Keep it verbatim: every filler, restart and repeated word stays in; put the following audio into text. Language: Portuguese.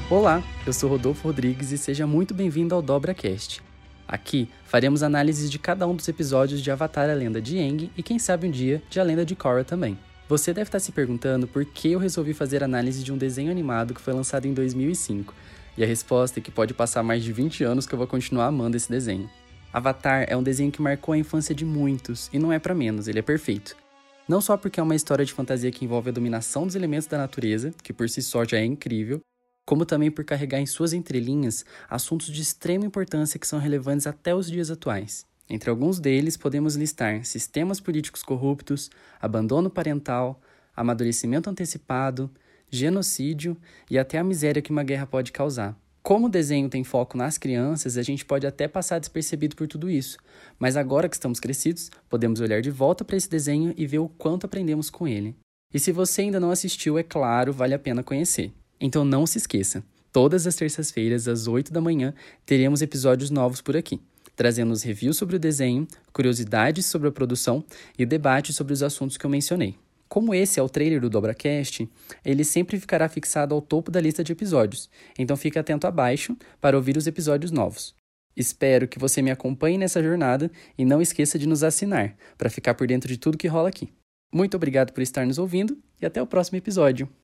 Olá, eu sou Rodolfo Rodrigues e seja muito bem-vindo ao DobraCast. Aqui faremos análises de cada um dos episódios de Avatar: A Lenda de Aang e quem sabe um dia de A Lenda de Korra também. Você deve estar se perguntando por que eu resolvi fazer análise de um desenho animado que foi lançado em dois mil e cinco. E a resposta é que pode passar mais de vinte anos que eu vou continuar amando esse desenho. Avatar é um desenho que marcou a infância de muitos, e não é pra menos, ele é perfeito. Não só porque é uma história de fantasia que envolve a dominação dos elementos da natureza, que por si só já é incrível, como também por carregar em suas entrelinhas assuntos de extrema importância que são relevantes até os dias atuais. Entre alguns deles, podemos listar sistemas políticos corruptos, abandono parental, amadurecimento antecipado, genocídio e até a miséria que uma guerra pode causar. Como o desenho tem foco nas crianças, a gente pode até passar despercebido por tudo isso, mas agora que estamos crescidos, podemos olhar de volta para esse desenho e ver o quanto aprendemos com ele. E se você ainda não assistiu, é claro, vale a pena conhecer. Então não se esqueça, todas as terças-feiras, às oito da manhã, teremos episódios novos por aqui, trazendo os reviews sobre o desenho, curiosidades sobre a produção e debates sobre os assuntos que eu mencionei. Como esse é o trailer do DobraCast, ele sempre ficará fixado ao topo da lista de episódios, então fique atento abaixo para ouvir os episódios novos. Espero que você me acompanhe nessa jornada e não esqueça de nos assinar, para ficar por dentro de tudo que rola aqui. Muito obrigado por estar nos ouvindo e até o próximo episódio.